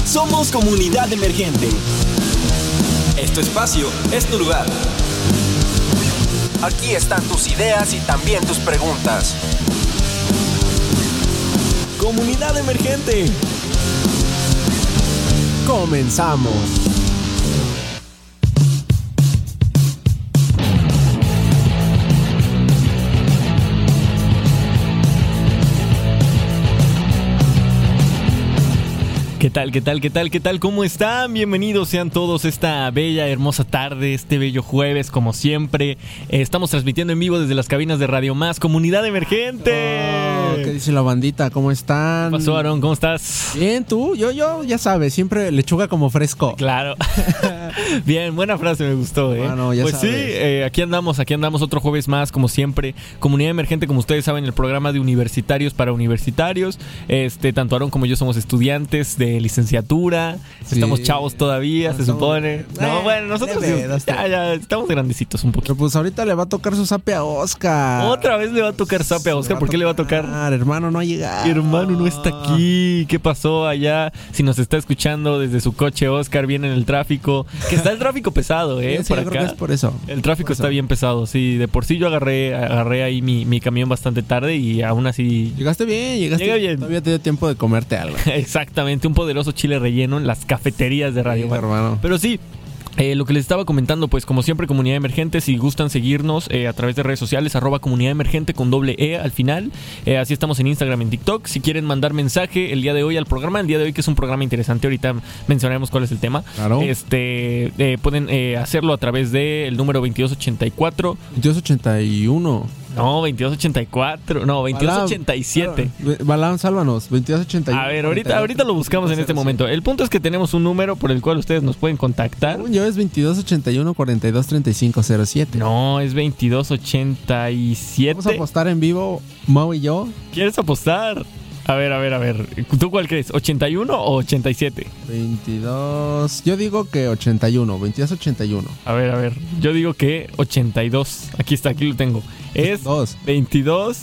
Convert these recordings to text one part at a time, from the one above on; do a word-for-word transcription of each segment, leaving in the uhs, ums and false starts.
Somos Comunidad Emergente. Es tu espacio, es tu lugar. Aquí están tus ideas y también tus preguntas. Comunidad Emergente. Comenzamos. ¿Qué tal, qué tal, qué tal, qué tal? ¿Cómo están? Bienvenidos sean todos esta bella, hermosa tarde, este bello jueves, como siempre. Eh, estamos transmitiendo en vivo desde las cabinas de Radio Más, Comunidad Emergente. Oh, ¿qué dice la bandita? ¿Cómo están? ¿Qué pasó, Aarón? ¿Cómo estás? Bien, ¿tú? Yo, yo, ya sabes, siempre lechuga como fresco. Claro. Bien, buena frase, me gustó, ¿eh? Bueno, ya pues sabes. sí, eh, aquí andamos, aquí andamos otro jueves más, como siempre. Comunidad Emergente, como ustedes saben, el programa de universitarios para universitarios. Este, tanto Aarón como yo somos estudiantes de licenciatura, sí. Estamos chavos todavía, no, se supone. Eh, no, bueno, nosotros leve, sí, ya, ya estamos grandecitos un poquito. Pero pues ahorita le va a tocar su zape a Oscar. Otra vez le va a tocar zape a Oscar. ¿Por qué le va a tocar? Hermano, no ha llegado. Hermano no está aquí. ¿Qué pasó allá? Si nos está escuchando desde su coche, Oscar viene en el tráfico. Que está el tráfico pesado, ¿eh? Sí, sí, por yo acá. Creo que es por eso. El tráfico por está eso. bien pesado. Sí, de por sí yo agarré, agarré ahí mi, mi camión bastante tarde y aún así. Llegaste bien, llegaste Llegué bien. Todavía te dio tiempo de comerte algo. Exactamente, un poderoso chile relleno en las cafeterías de Radio sí, Más. Hermano. Pero sí. Eh, lo que les estaba comentando, pues como siempre, Comunidad Emergente, si gustan seguirnos eh, a través de redes sociales, arroba Comunidad Emergente con doble E al final. Eh, así estamos en Instagram, en TikTok. Si quieren mandar mensaje el día de hoy al programa, el día de hoy que es un programa interesante, ahorita mencionaremos cuál es el tema. Claro. Este, eh, pueden eh, hacerlo a través del número veintidós ochenta y cuatro. veintidós ochenta y uno. No, veintidós ochenta y cuatro. No, veintidós ochenta y siete. Balán, sálvanos. veintidós ochenta y uno. A ver, ahorita, ahorita lo buscamos en este momento. El punto es que tenemos un número por el cual ustedes nos pueden contactar. Yo es veintidós ochenta y uno, cuarenta y dos, treinta y cinco cero siete. No, es veintidós ochenta y siete. Vamos a apostar en vivo, Mau y yo. ¿Quieres apostar? A ver, a ver, a ver. ¿Tú cuál crees? ¿ochenta y uno o ochenta y siete? veintidós. Yo digo que ochenta y uno. veintidós ochenta y uno. A ver, a ver. Yo digo que ochenta y dos. Aquí está, aquí lo tengo. Es Dos. veintidós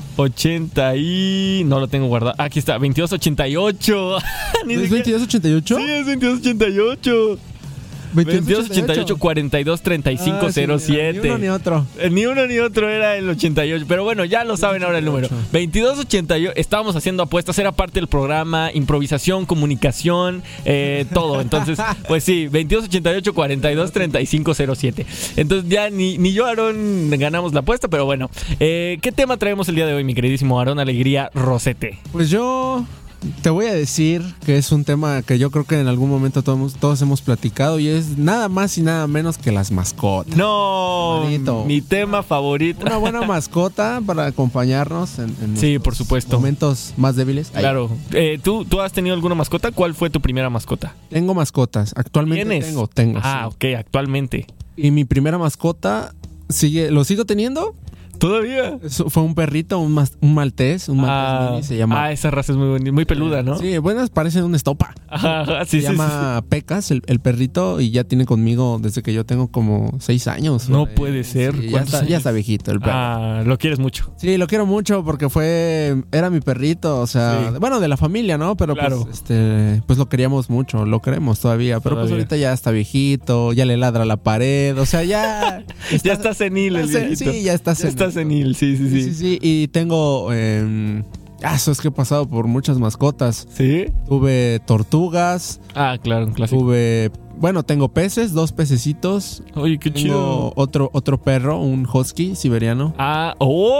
ochenta y... No lo tengo guardado. Aquí está, veintidós ochenta y ocho. ¿Es veintidós ochenta y ocho? Sí, es veintidós ochenta y ocho. veintidós ochenta y ocho, cuarenta y dos, treinta y cinco cero siete. Ni uno ni otro. Eh, Ni uno ni otro era el ochenta y ocho. Pero bueno, ya lo saben ahora el número. veintidós ochenta y ocho. Estábamos haciendo apuestas. Era parte del programa. Improvisación, comunicación, eh, todo. Entonces, pues sí, veintidós ochenta y ocho, cuarenta y dos, treinta y cinco cero siete. Entonces ya ni, ni yo, Aarón, ganamos la apuesta. Pero bueno, eh, ¿qué tema traemos el día de hoy, mi queridísimo Aarón Alegría Rosete? Pues yo... te voy a decir que es un tema que yo creo que en algún momento todos, todos hemos platicado y es nada más y nada menos que las mascotas. No, Bonito. Mi tema favorito. Una buena mascota para acompañarnos en, en sí, por supuesto. momentos más débiles. Claro. Eh, ¿tú, ¿Tú has tenido alguna mascota? ¿Cuál fue tu primera mascota? Tengo mascotas. Actualmente ¿Tienes? tengo, tengo. Ah, sí. ok, actualmente. Y mi primera mascota sigue, lo sigo teniendo. ¿Todavía? Eso fue un perrito, un, mas, un maltés, un maltés Ah, mini, se llama. ah, esa raza es muy bonita, muy peluda, ¿no? Sí, buenas, parecen una estopa. Ajá, ajá, sí, se sí, llama sí, sí. Pecas, el, el perrito, y ya tiene conmigo desde que yo tengo como seis años. No Eh, puede ser. sí, ya, ¿Cuántos está, ya años? está viejito el perro. Ah, lo quieres mucho. Sí, lo quiero mucho porque fue, era mi perrito, o sea, Sí. bueno, de la familia, ¿no? Pero Claro. pues, este, pues lo queríamos mucho, lo queremos todavía, pero pues Todavía. ahorita ya está viejito, ya le ladra a la pared, o sea, ya... Ya está senil el ya se- viejito. Sí, ya está Ya senil. está senil, sí, sí, Sí, sí. sí, sí, y tengo, eh, ah, eso es que he pasado por muchas mascotas. ¿Sí? Tuve tortugas, Ah, claro, un clásico. tuve, bueno, tengo peces, dos pececitos. Oye, qué Tengo chido. otro, otro perro, un husky siberiano. Ah,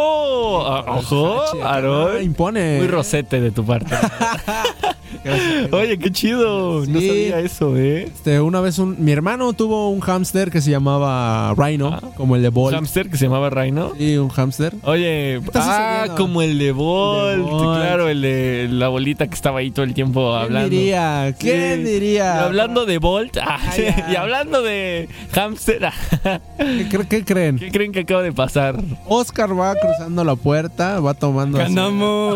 oh, ah, ojo, Ah, Aarón. impone. Muy rosete de tu parte. Oye, qué chido. No Sí. sabía eso, ¿eh? Este, una vez un, mi hermano tuvo un hámster que se llamaba Rhino, Ah. como el de Un Bolt. hámster que se llamaba Rhino. Sí, un hámster. Oye, está ah, sucediendo? como el de Bolt, El de Bolt. claro, el de la bolita que estaba ahí todo el tiempo ¿Quién hablando. diría? ¿Quién Sí. diría? Y hablando de Bolt, ah, Ah, sí, ya. y hablando de hámster, ah, ¿Qué, cre- qué creen? ¿qué creen que acaba de pasar? Oscar va cruzando la puerta, va tomando... así- Ganamos.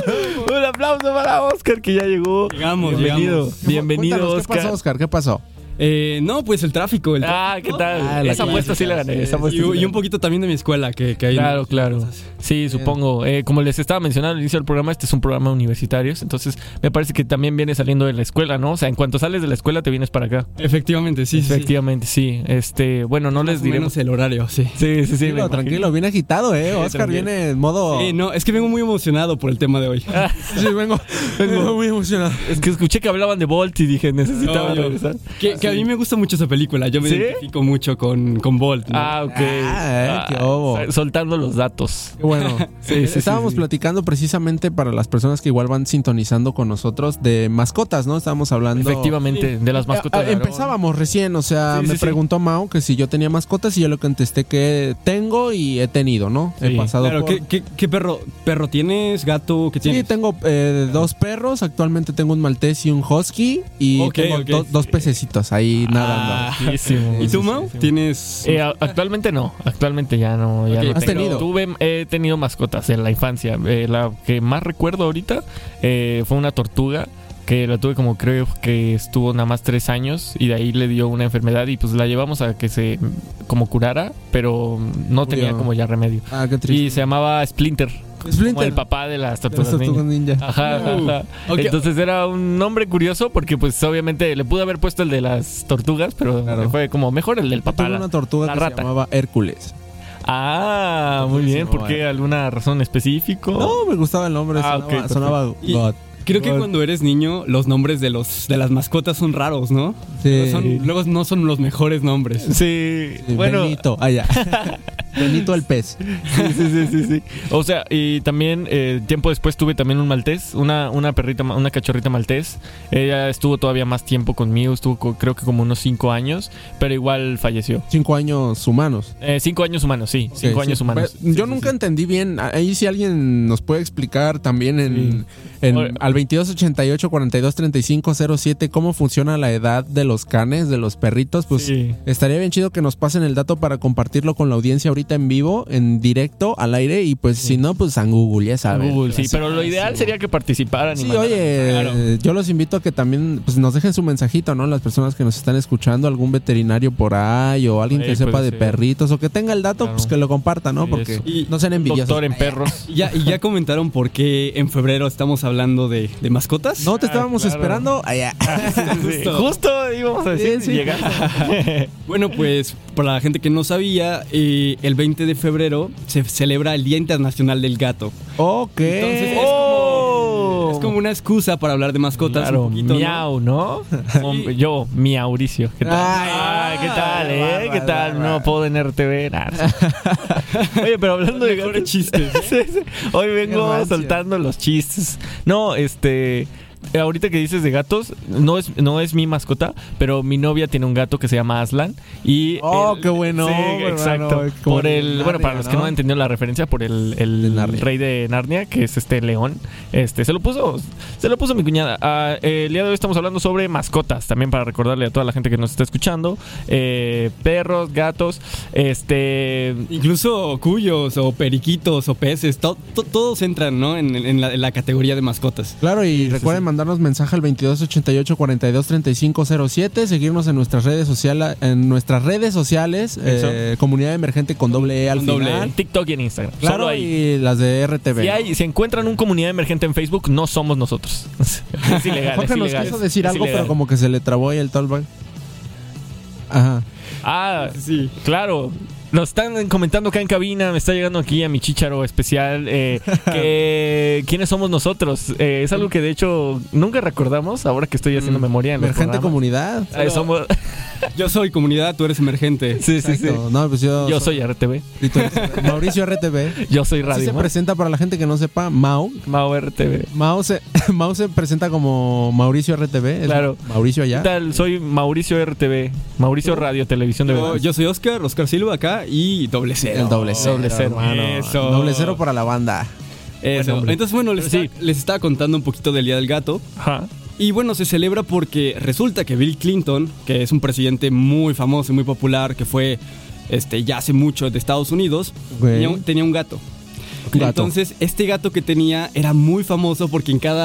Un aplauso para Oscar que ya llegó. Llegamos, Bienvenido, llegamos. bienvenido, Cuéntanos, Oscar. ¿Qué pasó, Oscar? ¿Qué pasó? Eh, no, pues el tráfico. El Ah, ¿qué tal? Ah, la esa apuesta sí la gané. Esa apuesta y, sí la y gané. un poquito también de mi escuela, que, que hay. Claro, claro. Sí, supongo. Eh, como les estaba mencionando al inicio del programa, este es un programa universitario. Entonces, me parece que también viene saliendo de la escuela, ¿no? O sea, en cuanto sales de la escuela, te vienes para acá. Efectivamente, sí, sí. Efectivamente, sí. Este, bueno, no les Más o diré. menos el horario, sí. Sí, sí, sí. me Tranquilo, imagino. tranquilo, bien agitado, ¿eh? Oscar tranquilo. viene en modo... Eh, no, es que vengo muy emocionado por el tema de hoy. Sí, vengo, vengo muy emocionado. Es que escuché que hablaban de Bolt y dije, necesitaba No, yo- regresar. Que, que a mí me gusta mucho esa película. Yo me ¿Sí? identifico mucho con, con Bolt, ¿no? Ah, ok. Ah, eh, qué obo. sa- soltando los datos. Qué bueno. Sí, sí, Estábamos sí, sí. platicando precisamente para las personas que igual van sintonizando con nosotros de mascotas, ¿no? Estábamos hablando... Efectivamente, de las mascotas. Ah, de Aarón. empezábamos recién, o sea, Sí, me sí, sí. preguntó Mao que si yo tenía mascotas y yo le contesté que tengo y he tenido, ¿no? He Sí. pasado Claro, por... ¿qué, qué, qué perro, perro tienes? ¿Gato? ¿Qué Sí, tienes? tengo eh, dos perros. Actualmente tengo un maltés y un husky. Y Ok, tengo ok. do- dos pececitos ahí nadando. Ah, Buenísimo. ¿Y Sí, tú, sí, Mau? sí, sí. ¿Tienes...? Eh, a- actualmente no, actualmente ya no. Ya Ok, no ¿has tengo. tenido? Tuve, he tenido mascotas en la infancia. Eh, la que más recuerdo ahorita eh, fue una tortuga que la tuve como creo que estuvo nada más tres años y de ahí le dio una enfermedad y pues la llevamos a que se como curara, pero no tenía Murió. como ya remedio. Ah, qué Y triste. se llamaba Splinter, como Splinter. el papá de las De las tortugas tortugas ninja. ninja. Ajá, Uh, ajá. ok. Entonces era un nombre curioso porque pues obviamente le pude haber puesto el de las tortugas, pero Claro. fue como mejor el del papá. Tuve la- una tortuga la que rata. se llamaba Hércules. Ah, muy bien. ¿Por qué? Buenísimo, ¿Alguna razón específica? No, me gustaba el nombre. Ah, sonaba, ok, perfecto. sonaba Y- God. Creo que God. cuando eres niño, los nombres de los de las mascotas son raros, ¿no? Sí. Son- luego no son los mejores nombres. Sí, Sí, bueno. Benito. Ah, ya. Benito el pez. Sí, sí, sí, sí, sí. O sea, y también eh, tiempo después tuve también un maltés, una, una perrita, ma- una cachorrita maltés. Ella estuvo todavía más tiempo conmigo, estuvo co- creo que como unos cinco años, pero igual falleció. Cinco años humanos. Eh, cinco años humanos, sí, cinco Ok, años sí. humanos. Pero Yo Sí, nunca sí, entendí bien. Ahí si alguien nos puede explicar también en, en- Oye. al veintidós ochenta y ocho cuarenta y dos treinta y cinco cero siete cómo funciona la edad de los canes, de los perritos. Pues Sí. estaría bien chido que nos pasen el dato para compartirlo con la audiencia ahorita en vivo, en directo, al aire. Y pues si no, pues a Google, ya A saben. Google, sí, Así, pero lo ideal sí. sería que participaran. y Sí, mandaran. oye, Claro. eh, yo los invito a que también pues, nos dejen su mensajito, ¿no? Las personas que nos están escuchando, algún veterinario por ahí o alguien Sí, que sepa puede de ser. perritos o que tenga el dato, Claro. pues que lo comparta, ¿no? Sí, Porque eso. Y- no sean envidiosos. Doctor en perros. Y ya, y ya comentaron por qué en febrero estamos hablando de, de mascotas. No te Ah, estábamos claro. esperando. Allá. Sí, Justo íbamos a decir, Sí, sí. llegando. Bueno, pues para la gente que no sabía, eh, el veinte de febrero se celebra el Día Internacional del Gato. Ok. Entonces, es ¡Oh! Es como una excusa para hablar de mascotas Claro, un poquito, ¿no? miau, ¿no? Como yo, Miauricio. ¿Qué tal? Ay, Ay, ¿qué tal, eh? bárbaro, ¿Qué tal? bárbaro. No puedo en R T V. Nah. Oye, pero hablando de Mejores gatos- chistes. Sí, sí. Hoy vengo rancio. soltando los chistes. No, este... eh, Ahorita que dices de gatos, no es, no es mi mascota, pero mi novia tiene un gato que se llama Aslan. Y Oh, el- qué bueno, Sí, hermano. exacto. Como Por de el, bueno, Narnia, para los que ¿no? no han entendido la referencia, por el, el De Narnia. rey de Narnia, que es este león. Este, se lo puso, se lo puso mi cuñada. Ah, eh, el día de hoy estamos hablando sobre mascotas, también para recordarle a toda la gente que nos está escuchando. Eh, perros, gatos, este. Incluso cuyos o periquitos o peces, to- to- todos entran, ¿no? En, en la, en la categoría de mascotas. Claro, y recuerden mandarnos mensaje al veintidós ochenta y ocho cuarenta y dos treinta y cinco cero siete, seguirnos en nuestras redes sociales, en nuestras redes sociales, eh, Comunidad Emergente con doble E al Con doble final. E. En TikTok y en Instagram. Claro, Solo ahí. y las de R T V. Si, hay, si encuentran un comunidad emergente en Facebook, no somos nosotros. Es ilegal. Jorge es nos ilegal. quiso decir Es algo, ilegal. pero como que se le trabó ahí el talkback. Ajá. Ah, Sí. claro. Nos están comentando acá en cabina, me está llegando aquí a mi chícharo especial, eh, que quiénes somos nosotros. Eh, es algo que de hecho nunca recordamos, ahora que estoy haciendo Mm. memoria en los Emergente programas. comunidad. Eh, somos... Yo soy comunidad, tú eres emergente. sí, sí, sí. Exacto. No, pues yo, Yo soy R T V, y tú eres- Mauricio R T V. yo soy Así Radio se Mau. presenta para la gente que no sepa, Mau. Mau R T V. Mau se, Mau se presenta como Mauricio R T V. es Claro. Mauricio ¿Qué allá. tal? Soy Mauricio R T V, Mauricio Radio, Televisión de Yo, Verdad. yo soy Oscar, Oscar Silva acá y doble cero. El doble cero. Doble cero. hermano. Eso. Doble cero para la banda. Eso. Buen hombre. Entonces, bueno, les, Sí. está- les estaba contando un poquito del Día del Gato. Ajá. Y bueno, se celebra porque resulta que Bill Clinton, que es un presidente muy famoso y muy popular, que fue este, ya hace mucho de Estados Unidos, Güey. tenía, un- tenía un gato. Un gato. Entonces, este gato que tenía era muy famoso porque en cada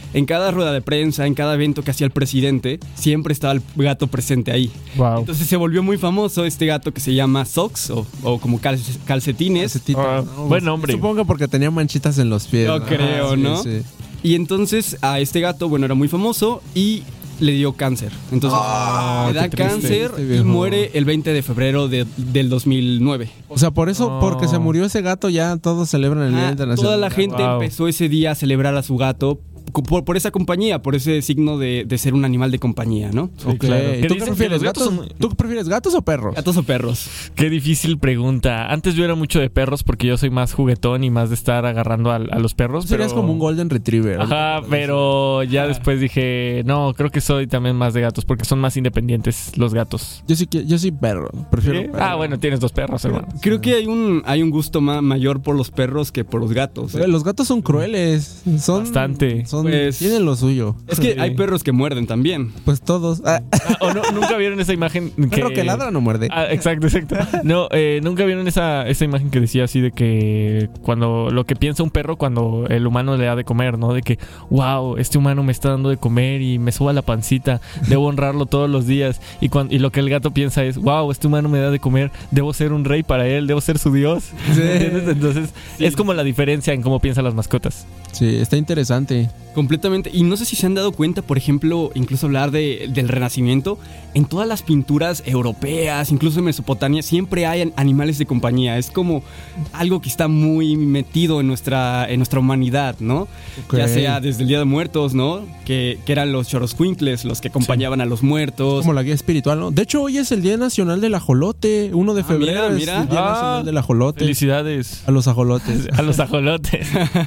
en cada rueda de prensa, en cada evento que hacía el presidente, siempre estaba el gato presente ahí. Wow. Entonces se volvió muy famoso este gato que se llama Socks o, o como cal- calcetines. Calcetito, Ah, ¿no? buen nombre. Supongo porque tenía manchitas en los pies. Yo ¿no? creo, sí, ¿no? sí. Y entonces a este gato, bueno, era muy famoso y le dio cáncer. Entonces le da qué triste, cáncer este y viejo. muere el veinte de febrero de- del dos mil nueve. O sea, por eso, Oh. porque se murió ese gato, ya todos celebran el Día Ah, Internacional. toda la del Gato. gente Wow. empezó ese día a celebrar a su gato por, por esa compañía, por ese signo de, de ser un animal de compañía, ¿no? Ok. claro. ¿Y Que ¿Tú dicen qué que prefieres, los gatos gatos? son- ¿Tú prefieres gatos o perros? ¿Gatos o perros? Qué difícil pregunta. Antes yo era mucho de perros porque yo soy más juguetón y más de estar agarrando a, a los perros. Tú serías pero- como un golden retriever. Ajá, pero ya después dije, no, creo que soy también más de gatos porque son más independientes los gatos. Yo sí, que- yo sí perro. Prefiero ¿Sí? perro. Ah, bueno, tienes dos perros, hermano. Creo que hay un, hay un gusto ma- mayor por los perros que por los gatos. ¿eh? Eh, Los gatos son crueles. Son, Bastante. Son, Pues- tienen lo suyo. Es que Sí. hay perros que muerden también. Pues todos. Ah, Ah, ¿O no, nunca vieron esa imagen que... perro que ladra no muerde. Ah, exacto, exacto. No, eh, nunca vieron esa, esa imagen que decía así de que cuando lo que piensa un perro cuando el humano le da de comer, ¿no? De que, wow, este humano me está dando de comer y me suba la pancita, debo honrarlo todos los días. Y, cuan- y lo que el gato piensa es, wow, este humano me da de comer, debo ser un rey para él, debo ser su dios. ¿Entiendes? Entonces, es como la diferencia en cómo piensan las mascotas. Sí, está interesante. Completamente. Y no sé si se han dado cuenta, por ejemplo, incluso hablar de, del Renacimiento. En todas las pinturas europeas, incluso en Mesopotamia, siempre hay an- animales de compañía. Es como algo que está muy metido en nuestra, en nuestra humanidad, ¿no? Ok. Ya sea desde el Día de Muertos, ¿no? Que, que eran los choroscuincles, los que acompañaban a los muertos. Como la guía espiritual, ¿no? De hecho, hoy es el Día Nacional del Ajolote. uno de Ah, febrero mira, es mira. el Día Ah, Nacional del Ajolote. Felicidades A los ajolotes. a los ajolotes.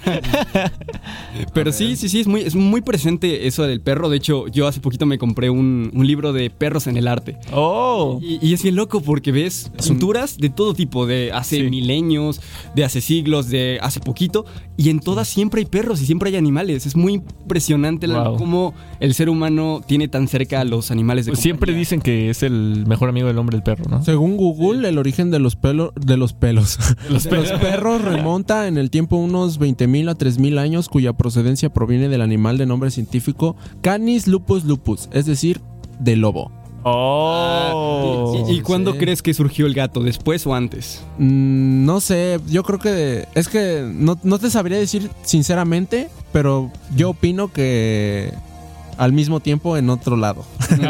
Pero sí, sí, sí, es muy, es muy presente eso del perro. De hecho, yo hace poquito me compré un, un libro de perros en el arte. Oh. Y, y es bien loco porque ves pinturas de todo tipo, de hace Sí. milenios, de hace siglos, de hace poquito, y en todas siempre hay perros y siempre hay animales. Es muy impresionante la- Wow. cómo el ser humano tiene tan cerca a los animales de Pues siempre compañía. dicen que es el mejor amigo del hombre el perro, ¿no? Según Google, el origen de los pelos, de los pelos, Los de los perros remonta en el tiempo unos veinte mil a tres mil años, cuya procedencia proviene del animal de nombre científico Canis lupus lupus, es decir, de lobo. Oh. ¿Y, y cuándo Sí. crees que surgió el gato? ¿Después o antes? Mm, no sé, yo creo que es que no, no te sabría decir sinceramente, pero yo opino que al mismo tiempo en otro lado.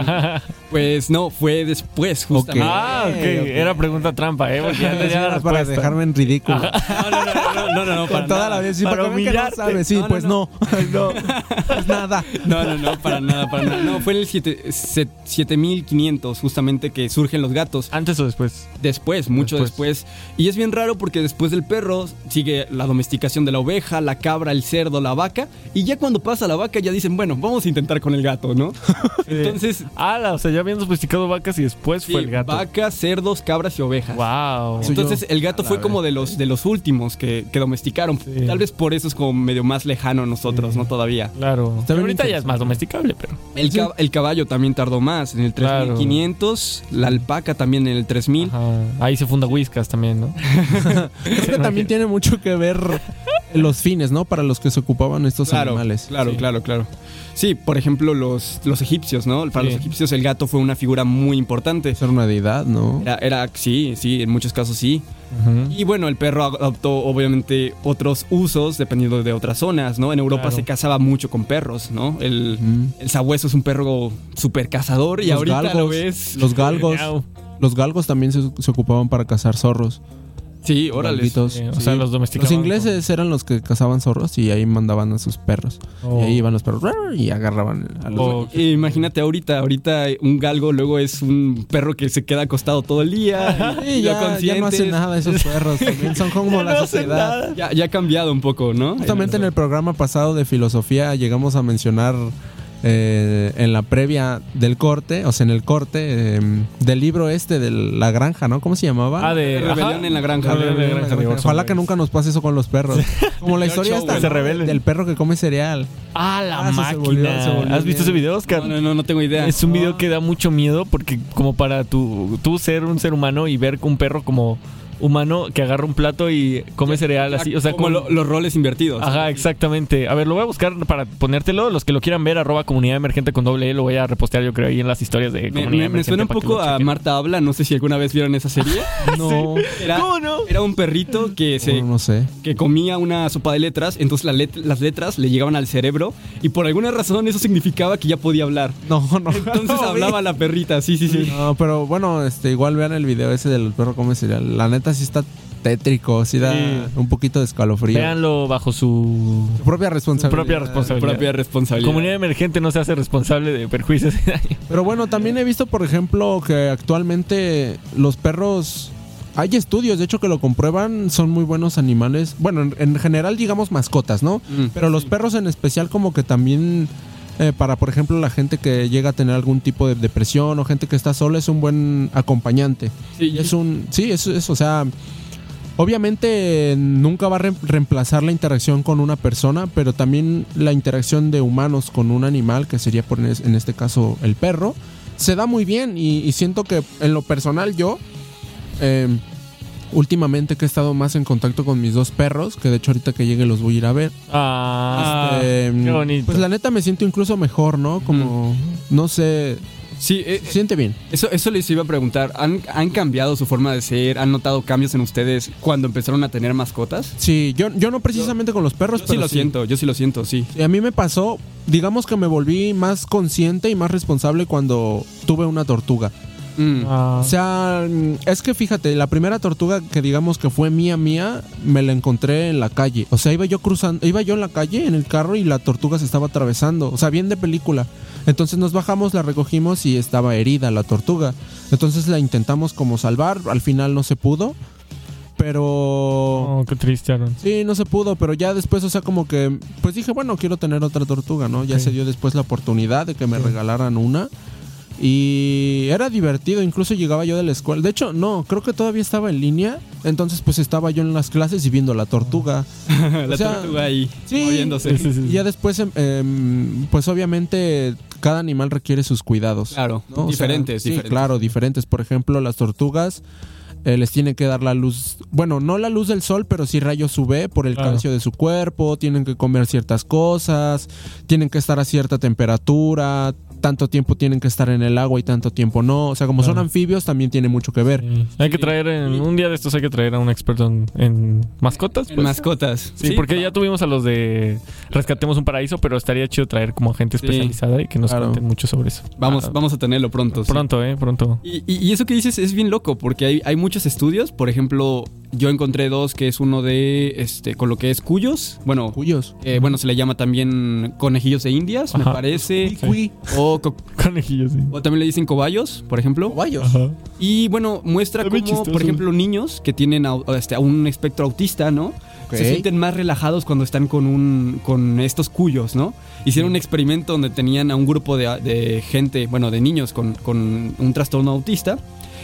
Pues no, fue después, justamente. Ah, ok. Era pregunta trampa, ¿eh? Porque ya tenía la para respuesta. dejarme en ridículo. No, no, no, no, no, no, Con para toda nada. la vez, sí, Para para, que vean que no humillarte. sabes, sí, No, no, pues no. no, no, pues nada. No, no, no, para nada, para nada. No, fue en el siete mil quinientos justamente que surgen los gatos. ¿Antes o después? Después, mucho Después. después. Y es bien raro porque después del perro sigue la domesticación de la oveja, la cabra, el cerdo, la vaca. Y ya cuando pasa la vaca ya dicen, bueno, vamos a intentar con el gato, ¿no? Entonces, Ah, o sea, ya habían domesticado vacas y después sí, fue el gato. vacas, cerdos, cabras y ovejas. Wow. Eso Entonces yo. el gato A la fue vez. como de los, de los últimos que, que domesticaron. Sí. Tal vez por eso es como medio más lejano a nosotros, ¿no? Todavía. Claro. Está bien Ahorita ya es interesante. más domesticable, pero. El, ca- el caballo también tardó más, en el tres mil quinientos. La alpaca también en el tres mil. Ajá. Ahí se funda Whiskas también, ¿no? Creo que también tiene mucho que ver los fines, ¿no? Para los que se ocupaban estos Claro, animales. claro, Sí. claro, claro. Sí, por ejemplo, los, los egipcios, ¿no? Para Sí. los egipcios el gato fue una figura muy importante. Ser una deidad, ¿no? Era, era, sí, sí, en muchos casos sí. Ujú. Y bueno, el perro adoptó obviamente otros usos dependiendo de otras zonas, ¿no? En Europa Claro. se cazaba mucho con perros, ¿no? El, Mm. el sabueso es un perro súper cazador y Los ahorita galgos, lo ves... Los galgos. Miau. Los galgos también se, se ocupaban para cazar zorros. Sí, órale. Galguitos, Sí, o sí. sea, los domesticaban. Los ingleses eran los que cazaban zorros y ahí mandaban a sus perros. Oh. Y ahí iban los perros ¡rar! Y agarraban a los Oh. Imagínate ahorita, ahorita un galgo luego es un perro que se queda acostado todo el día. Sí, y lo ya, ya no consientes. hacen nada esos perros. También son como Ya la no hacen sociedad. nada. Ya, ya ha cambiado un poco, ¿no? Justamente en el programa pasado de filosofía llegamos a mencionar eh, en la previa del corte, o sea, en el corte eh, del libro este de La Granja, ¿no? ¿Cómo se llamaba? Ah, de. Rebelión ajá. en la granja. Rebelión en la granja de Orson Ojalá que Welles. nunca nos pase eso con los perros. Como la historia George esta Orwell. Se rebelen. del perro que come cereal. Ah, la Ah, eso se máquina. volvió- se volvió ¿Has visto bien. ese video, Oscar? No, no, no, no tengo idea. Es un video que da mucho miedo porque como para tú, tú ser un ser humano y ver un perro como humano que agarra un plato y come cereal así. O sea, como con... lo, los roles invertidos. Ajá, exactamente. A ver, lo voy a buscar para ponértelo. Los que lo quieran ver, arroba comunidad emergente con doble E, lo voy a repostear yo creo ahí en las historias de Me, comunidad me, me emergente. suena un poco a Marta Habla, no sé si alguna vez vieron esa serie. No, Era, ¿Cómo no? Era un perrito que se no, no sé. que comía una sopa de letras, entonces la let- las letras le llegaban al cerebro y por alguna razón eso significaba que ya podía hablar. No, no. Entonces no, hablaba la perrita, sí, sí, sí. No, pero bueno, este, igual vean el video ese del perro come cereal. La neta sí está tétrico, sí da Sí. un poquito de escalofrío. Véanlo bajo su Su propia responsabilidad. propia responsabilidad. Propia responsabilidad. Comunidad emergente no se hace responsable de perjuicios y daño. Pero bueno, también he visto, por ejemplo, que actualmente los perros... Hay estudios, de hecho, que lo comprueban, son muy buenos animales. Bueno, en, en general, digamos, mascotas, ¿no? Mm, Pero los perros en especial como que también... eh, para, por ejemplo, la gente que llega a tener algún tipo de depresión o gente que está sola, es un buen acompañante. Sí, Y es un... Sí, es, es o sea... Obviamente nunca va a re- reemplazar la interacción con una persona, pero también la interacción de humanos con un animal, que sería por en, es- en este caso el perro, se da muy bien y, y siento que en lo personal yo, eh, últimamente que he estado más en contacto con mis dos perros, que de hecho ahorita que llegue los voy a ir a ver, Ah, este, qué bonito. pues la neta me siento incluso mejor, ¿no? Como, no sé, Sí, eh, se siente bien. eso, eso les iba a preguntar. ¿Han, ¿Han cambiado su forma de ser? ¿Han notado cambios en ustedes cuando empezaron a tener mascotas? Sí, yo, yo no precisamente con los perros, Yo sí pero lo siento, yo sí lo siento, sí. Y a mí me pasó, digamos que me volví más consciente y más responsable cuando tuve una tortuga. Mm. Ah. O sea, es que fíjate, la primera tortuga que digamos que fue mía, mía, me la encontré en la calle. O sea, iba yo cruzando, iba yo en la calle, en el carro, y la tortuga se estaba atravesando. O sea, bien de película. Entonces nos bajamos, la recogimos y estaba herida la tortuga. Entonces la intentamos como salvar, al final no se pudo. Pero... Oh, qué triste, Aaron. Sí, no se pudo, pero ya después, o sea, como que... Pues dije, bueno, quiero tener otra tortuga, ¿no? Ya Ok. se dio después la oportunidad de que me Sí. regalaran una. Y era divertido, incluso llegaba yo de la escuela. De hecho, no, creo que todavía estaba en línea. Entonces, pues estaba yo en las clases y viendo la tortuga. la o sea, tortuga ahí, sí. moviéndose. Sí, sí, sí. Y ya después, em, em, pues obviamente, cada animal requiere sus cuidados. Claro, ¿no? O sea, diferentes, sí, diferentes. claro, diferentes. Por ejemplo, las tortugas eh, les tienen que dar la luz, bueno, no la luz del sol, pero sí rayos U V por el Claro. calcio de su cuerpo, tienen que comer ciertas cosas, tienen que estar a cierta temperatura, tanto tiempo tienen que estar en el agua y tanto tiempo no. O sea, como son Claro. anfibios, también tiene mucho que ver. Sí. Hay que traer, en un día de estos hay que traer a un experto en, en mascotas. En pues. mascotas. Sí, porque ya tuvimos a los de Rescatemos un Paraíso, pero estaría chido traer como gente Sí. especializada y que nos Claro. cuenten mucho sobre eso. Vamos, Ah, vamos a tenerlo pronto. sí. Pronto, eh, pronto. Y, y- y eso que dices es bien loco, porque hay, hay muchos estudios. Por ejemplo, yo encontré dos, que es uno de, este, con lo que es cuyos. Bueno, Cuyos. eh, bueno, se le llama también conejillos de indias, me Ajá. parece. Cuy. O, co- Conejillos, sí. o también le dicen cobayos, por ejemplo. Cobayos. Ajá. Y bueno, muestra Está bien cómo, chistoso. por ejemplo, niños que tienen au- este, a un espectro autista, ¿no? Ok. Se sienten más relajados cuando están con un con estos cuyos, ¿no? Hicieron un experimento donde tenían a un grupo de, de gente, bueno, de niños con, con un trastorno autista.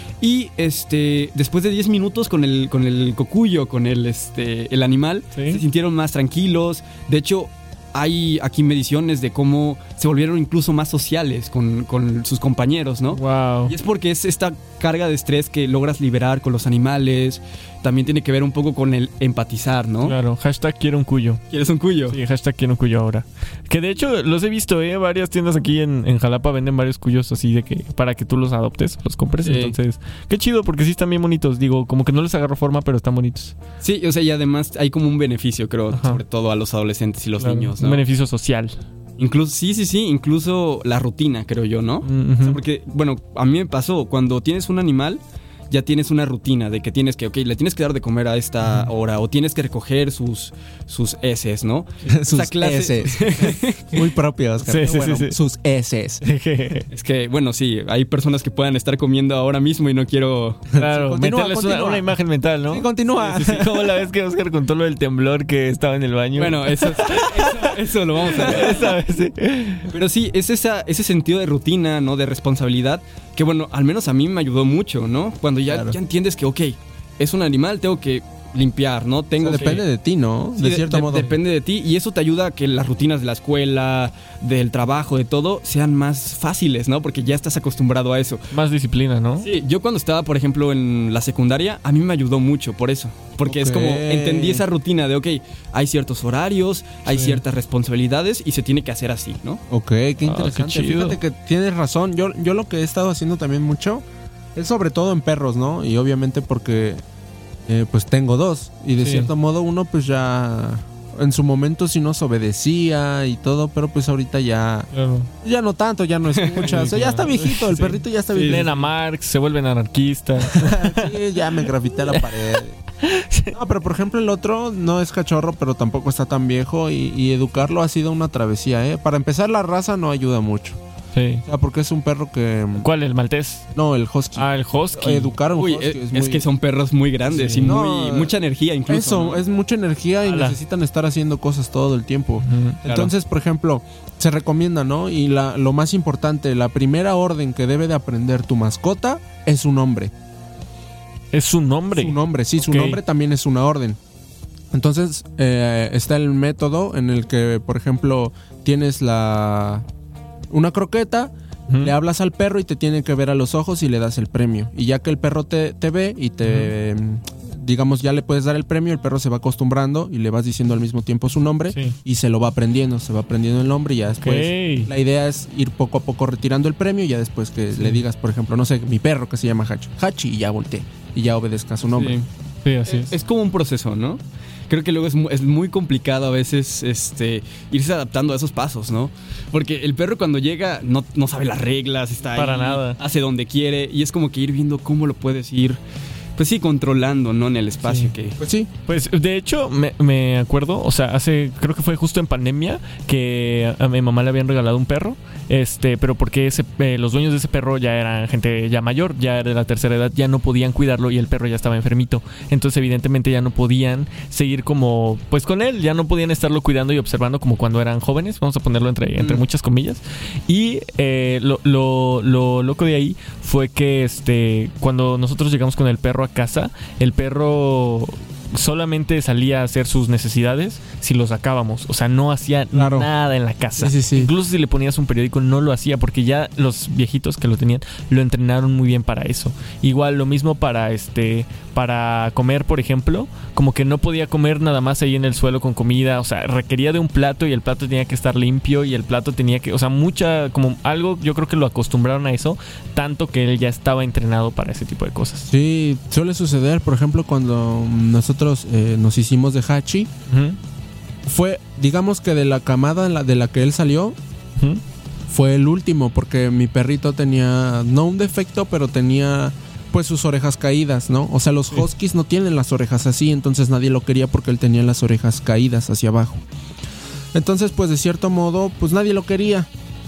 Y este después de diez minutos con el, con el cocuyo, con el, este, el animal, Sí. se sintieron más tranquilos. De hecho, hay aquí mediciones de cómo se volvieron incluso más sociales con, con sus compañeros, ¿no? Wow. Y es porque es esta carga de estrés que logras liberar con los animales. También tiene que ver un poco con el empatizar, ¿no? Claro, hashtag quiero un cuyo. ¿Quieres un cuyo? Sí, hashtag quiero un cuyo ahora. Que de hecho los he visto, ¿eh? Varias tiendas aquí en, en Jalapa venden varios cuyos así de que para que tú los adoptes, los compres. Sí. Entonces, qué chido porque sí están bien bonitos. Digo, como que no les agarro forma, pero están bonitos. Sí, o sea, y además hay como un beneficio, creo, Ajá. sobre todo a los adolescentes y los Claro, niños, un ¿no? beneficio social. Incluso, sí, sí, sí, incluso la rutina, creo yo, ¿no? Mm, O sea, ujú. porque, bueno, a mí me pasó, cuando tienes un animal, ya tienes una rutina de que tienes que, ok, le tienes que dar de comer a esta hora, o tienes que recoger sus, sus heces, ¿no? Sus Esa clase- heces. Muy propios. Sí, sí, sí, sí. Sus heces. Es que, bueno, sí, hay personas que puedan estar comiendo ahora mismo y no quiero... Claro, Continúa, meterles una, continúa. una imagen mental, ¿no? Sí, continúa. Sí, sí, sí. Como la vez que Oscar contó lo del temblor que estaba en el baño. Bueno, eso, eso, eso lo vamos a ver. esa vez, sí. Pero sí, es esa, ese sentido de rutina, ¿no? De responsabilidad, que bueno, al menos a mí me ayudó mucho, ¿no? Cuando ya, Claro. ya entiendes que, ok, es un animal, tengo que limpiar, ¿no? Tengo O sea, que- depende de ti, ¿no? Sí, de cierto de- modo. Depende de ti y eso te ayuda a que las rutinas de la escuela, del trabajo, de todo, sean más fáciles, ¿no? Porque ya estás acostumbrado a eso. Más disciplina, ¿no? Sí, yo cuando estaba, por ejemplo, en la secundaria, a mí me ayudó mucho por eso. Porque es Ok. como, entendí esa rutina de, ok, hay ciertos horarios, hay Sí. ciertas responsabilidades y se tiene que hacer así, ¿no? Ok, qué qué interesante. chido. Fíjate que tienes razón. Yo, yo lo que he estado haciendo también mucho es sobre todo en perros, ¿no? Y obviamente porque eh, pues tengo dos. Y de Sí. cierto modo uno pues ya en su momento sí nos obedecía y todo, pero pues ahorita ya Claro. ya no tanto, ya no escucha. O sea, ya está viejito, el Sí. perrito ya está Sí, viejito. leen a Marx, se vuelven anarquistas. Sí, ya me grafité a la pared. No, pero por ejemplo el otro no es cachorro, pero tampoco está tan viejo y, y educarlo ha sido una travesía, ¿eh? Para empezar la raza no ayuda mucho. Sí. O sea, porque es un perro que... ¿Cuál? ¿El maltés? No, el husky. Ah, el husky. Educar a un Uy, husky es, es, es muy... que son perros muy grandes Sí. y No, muy, mucha energía incluso. Eso, ¿no? es mucha energía y Ala. necesitan estar haciendo cosas todo el tiempo. Ujú. Entonces, por ejemplo, se recomienda, ¿no? Y la, lo más importante, la primera orden que debe de aprender tu mascota es su nombre. Es su nombre. Su nombre, sí, su Ok. nombre también es una orden. Entonces, eh, está el método en el que, por ejemplo, tienes la una croqueta, Ujú. le hablas al perro y te tiene que ver a los ojos y le das el premio. Y ya que el perro te, te ve y te, digamos, ya le puedes dar el premio, el perro se va acostumbrando y le vas diciendo al mismo tiempo su nombre Sí. y se lo va aprendiendo, se va aprendiendo el nombre y ya después... Ok. La idea es ir poco a poco retirando el premio y ya después que le digas, por ejemplo, no sé, mi perro que se llama Hachi, Hachi y ya volteé y ya obedezca su nombre. Sí. Sí, así es. Es como un proceso, ¿no? Creo que luego es muy, es muy complicado a veces este, irse adaptando a esos pasos, ¿no? Porque el perro cuando llega no, no sabe las reglas, está ahí, Para nada. hace donde quiere y es como que ir viendo cómo lo puedes ir, pues sí, controlando, ¿no? En el espacio Sí. que... Pues sí, Pues de hecho me, me acuerdo, o sea, hace, creo que fue justo en pandemia que a mi mamá le habían regalado un perro, este, pero porque ese, eh, los dueños de ese perro ya eran gente ya mayor, ya de la tercera edad, ya no podían cuidarlo y el perro ya estaba enfermito, entonces evidentemente ya no podían seguir como, pues con él, ya no podían estarlo cuidando y observando como cuando eran jóvenes, vamos a ponerlo entre, entre Mm. muchas comillas, y eh, lo, lo, lo loco de ahí fue que este, cuando nosotros llegamos con el perro a casa, el perro solamente salía a hacer sus necesidades si lo sacábamos, o sea, no hacía Claro. nada en la casa. Sí, sí, sí. Incluso si le ponías un periódico no lo hacía porque ya los viejitos que lo tenían lo entrenaron muy bien para eso. Igual lo mismo para este para comer, por ejemplo, como que no podía comer nada más ahí en el suelo con comida, o sea, requería de un plato y el plato tenía que estar limpio y el plato tenía que, o sea, mucha como algo, yo creo que lo acostumbraron a eso, tanto que él ya estaba entrenado para ese tipo de cosas. sí, suele suceder, por ejemplo, cuando nosotros eh, nos hicimos de Hachi, Ujú, fue, digamos que de la camada en la- de la que él salió, ujú. fue el último, porque mi perrito tenía, no un defecto, pero tenía pues sus orejas caídas, ¿no? O sea, los huskies no tienen las orejas así, entonces nadie lo quería porque él tenía las orejas caídas hacia abajo. Entonces, pues de cierto modo, pues nadie lo quería.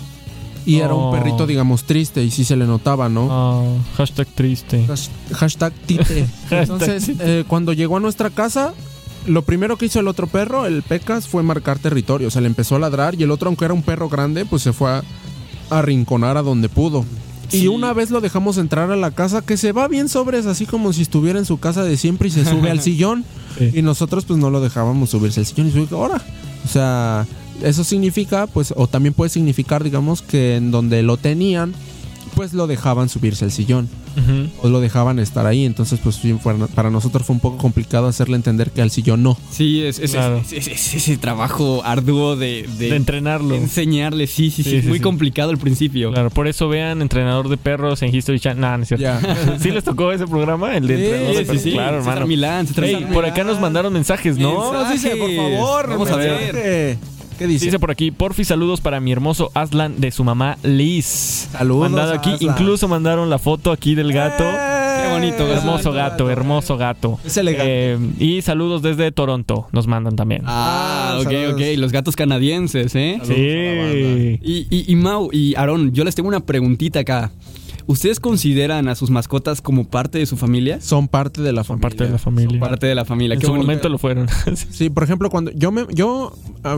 Y era un Oh. perrito, digamos, triste y sí se le notaba, ¿no? Ah, hashtag triste. Hash- Hashtag tite. Entonces, eh, cuando llegó a nuestra casa, lo primero que hizo el otro perro, el Pecas, fue marcar territorio. O sea, le empezó a ladrar y el otro, aunque era un perro grande, pues se fue a arrinconar a donde pudo. Sí. Y una vez lo dejamos entrar a la casa, que se va bien sobres, así como si estuviera en su casa de siempre y se sube al sillón. Sí. Y nosotros pues no lo dejábamos subirse al sillón y subir ahora. O sea, eso significa, pues, o también puede significar, digamos, que en donde lo tenían, pues lo dejaban subirse al sillón. Ujú. O lo dejaban estar ahí. Entonces, pues sí, fue- para nosotros fue un poco complicado hacerle entender que al sillón no. Sí, es, es- Claro. es- es- es ese trabajo arduo de, de- De entrenarlo. de enseñarle, sí, sí, sí, Sí, es sí, muy sí. complicado al principio. Claro, por eso vean Entrenador de Perros en History Channel. Nah, no es cierto. Ya. ¿Sí les tocó ese programa? El de Sí, Entrenador de sí, Perros. sí. Claro, César hermano. Milán, César Ey, Milán. por acá nos mandaron mensajes, ¿no? Mensajes. Nos dice, por favor, Vamos a ver. mensaje. ¿Qué dice? Dice por aquí, porfi, saludos para mi hermoso Aslan de su mamá Liz. Saludos, Mandado aquí, Aslan. incluso mandaron la foto aquí del gato. ¡Eh! Qué bonito, Hermoso gato, hermoso gato. Es elegante. Eh, y saludos desde Toronto, nos mandan también. Ah, Ah, ok, saludos. ok, los gatos canadienses, ¿eh? Saludos a la banda. Sí. Y, y, y Mau y Aarón, yo les tengo una preguntita acá. ¿Ustedes consideran a sus mascotas como parte de su familia? Son parte de la Son familia. parte de la familia. Son parte de la familia. En Qué su bonito. momento lo fueron. Sí, por ejemplo, cuando yo me, yo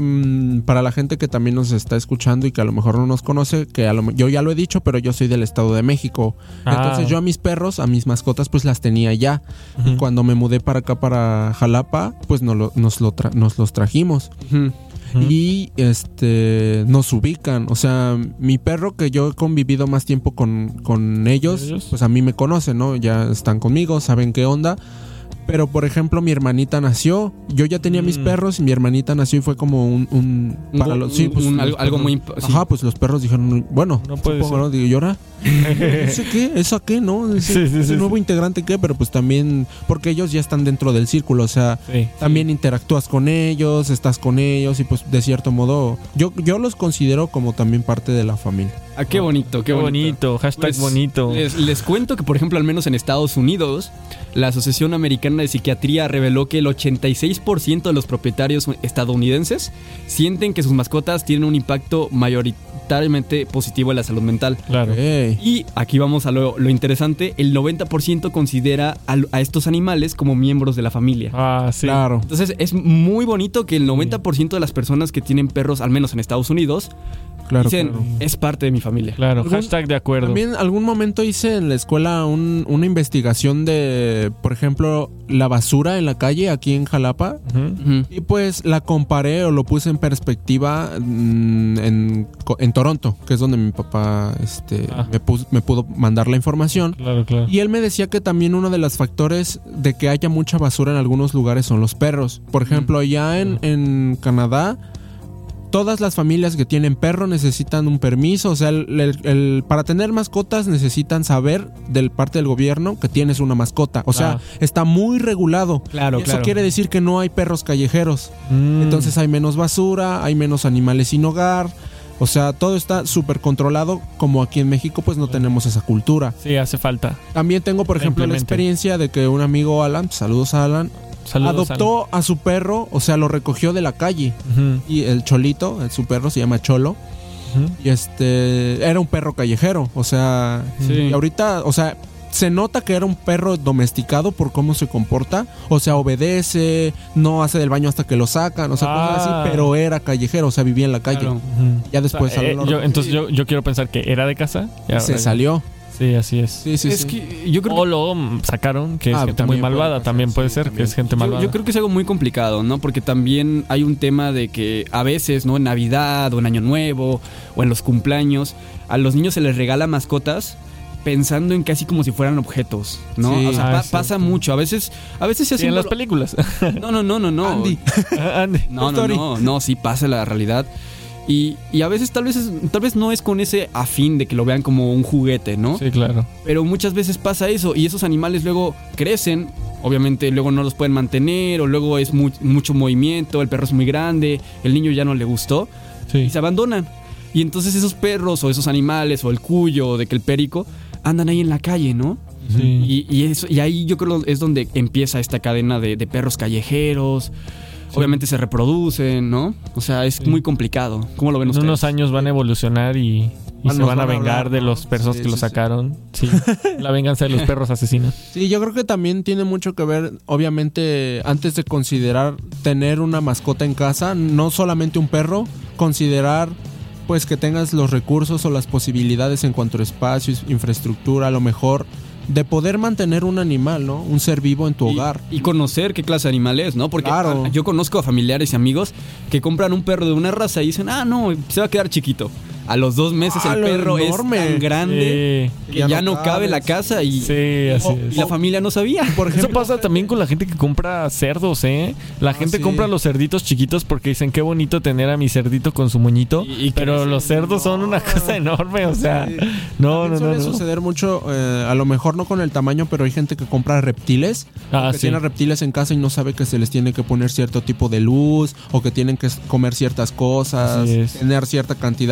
um, para la gente que también nos está escuchando y que a lo mejor no nos conoce, que a lo, yo ya lo he dicho, pero yo soy del Estado de México. Ah. Entonces yo a mis perros, a mis mascotas, pues las tenía allá. Ujú. Y cuando me mudé para acá, para Jalapa, pues nos, lo, nos, lo tra- nos los trajimos. Ujú. Ujú. Y este nos ubican. O sea, mi perro, que yo he convivido más tiempo con, con ellos, ¿Ellos? pues a mí me conocen, ¿no? Ya están conmigo, saben qué onda. Pero, por ejemplo, mi hermanita nació. Yo ya tenía Mm. mis perros y mi hermanita nació y fue como un... un Un para go- los, sí, pues, un- los algo, algo perros- muy... imp- sí. Ajá, pues los perros dijeron, bueno, No puede supongo, ser. ¿no? Digo, ¿y ahora? No sé qué, ¿eso a qué, no? Ese, Sí, sí, ese sí, nuevo integrante, ¿qué? Pero pues también, porque ellos ya están dentro del círculo, o sea, Sí. también interactúas con ellos, estás con ellos y pues de cierto modo, yo, yo los considero como también parte de la familia. Ah, qué bonito, qué, Qué bonito. Hashtag Pues, bonito. Les, les cuento que, por ejemplo, al menos en Estados Unidos, la Asociación Americana de Psiquiatría reveló que el ochenta y seis por ciento de los propietarios estadounidenses sienten que sus mascotas tienen un impacto mayoritariamente positivo en la salud mental. Claro. Ey. Y aquí vamos a lo, lo interesante, el noventa por ciento considera a, a estos animales como miembros de la familia. Ah, sí. Claro. Entonces es muy bonito que el noventa por ciento de las personas que tienen perros, al menos en Estados Unidos, Claro, dicen, claro. es parte de mi familia. Claro, ¿Algún- hashtag de acuerdo. También algún momento hice en la escuela un- una investigación de, por ejemplo, la basura en la calle aquí en Jalapa. Ujú. Ujú. Y pues la comparé o lo puse en perspectiva mm, en, co- en Toronto, que es donde mi papá este, Ah. me, pus- me pudo mandar la información. Claro, claro. Y él me decía que también uno de los factores de que haya mucha basura en algunos lugares son los perros. Por ejemplo, allá en, en Canadá, todas las familias que tienen perro necesitan un permiso. O sea, el- el- el- para tener mascotas necesitan saber del parte del gobierno que tienes una mascota. O sea, Ah. está muy regulado. Claro, Y eso claro. quiere decir que no hay perros callejeros. Mm. Entonces hay menos basura, hay menos animales sin hogar. O sea, todo está súper controlado, como aquí en México pues no tenemos esa cultura. Sí, hace falta. También tengo, por La ejemplo, la implementen. experiencia de que un amigo, Alan, saludos a Alan, Saludos. adoptó a su perro, o sea, lo recogió de la calle. Alan. Ujú, Y el Cholito, el- su perro se llama Cholo, ujú. y este era un perro callejero, o sea, Sí. y ahorita, o sea, se nota que era un perro domesticado por cómo se comporta, o sea, obedece, no hace del baño hasta que lo sacan, o sea, cosas Ah. así, pero era callejero, o sea, vivía en la calle. Claro. Ujú. Ya después O sea, eh, Alan lo yo- recogió entonces y yo, yo quiero pensar que era de casa. Ya, se ahora- salió. Sí, así es. Sí, sí, es sí. que yo creo que O lo mm, sacaron, que es Ah, gente muy también puede malvada. pasar, También puede sí, ser que también. es gente Yo, malvada. yo creo que es algo muy complicado, ¿no? Porque también hay un tema de que a veces, ¿no? En Navidad o en Año Nuevo o en los cumpleaños, a los niños se les regala mascotas pensando en casi como si fueran objetos, ¿no? Sí. O sea, Ah, pa- es pasa cierto. mucho. A veces, a veces se Sí, hace en un las bolo- películas. No, no, no, no, no. Andy. Andy. No, no, Story. no, no, sí pasa la realidad. Y, y a veces tal vez es- tal vez no es con ese afín de que lo vean como un juguete, ¿no? Sí, claro. Pero muchas veces pasa eso y esos animales luego crecen, obviamente luego no los pueden mantener o luego es mu- mucho movimiento, el perro es muy grande, el niño ya no le gustó Sí. y se abandonan. Y entonces esos perros o esos animales o el cuyo o de que el perico andan ahí en la calle, ¿no? Sí. Y, y, eso, y ahí yo creo es donde empieza esta cadena de, de perros callejeros. Obviamente se reproducen, ¿no? O sea, es Sí. muy complicado. ¿Cómo lo ven En ustedes? unos años van a evolucionar y, y Ah, se nos van a van a vengar hablar, de ¿no? los perros Sí, que lo sí, sí. sacaron. Sí. La venganza de los perros asesinos. Sí, yo creo que también tiene mucho que ver, obviamente, antes de considerar tener una mascota en casa, no solamente un perro, considerar pues que tengas los recursos o las posibilidades en cuanto a espacios, infraestructura, a lo mejor de poder mantener un animal, ¿no? Un ser vivo en tu Y- hogar. Y, conocer qué clase de animal es, ¿no? Porque Claro. ah, yo conozco a familiares y amigos que compran un perro de una raza y dicen, ah, no, se va a quedar chiquito. A los dos meses Ah, el lo perro enorme. es tan grande Sí. que ya, no cabe en la casa y, Sí, así oh, es. y la familia no sabía. Por Eso ejemplo, pasa también con la gente que compra cerdos, ¿eh? La gente sí. compra los cerditos chiquitos porque dicen qué bonito tener a mi cerdito con su moñito. Y- y pero crecen. los cerdos son una cosa enorme, o sea. Sí. No, también no, no. suele no. suceder mucho, eh, a lo mejor no con el tamaño, pero hay gente que compra reptiles, Ah, que sí. tiene reptiles en casa y no sabe que se les tiene que poner cierto tipo de luz o que tienen que comer ciertas cosas, Así es. tener cierta cantidad o cierto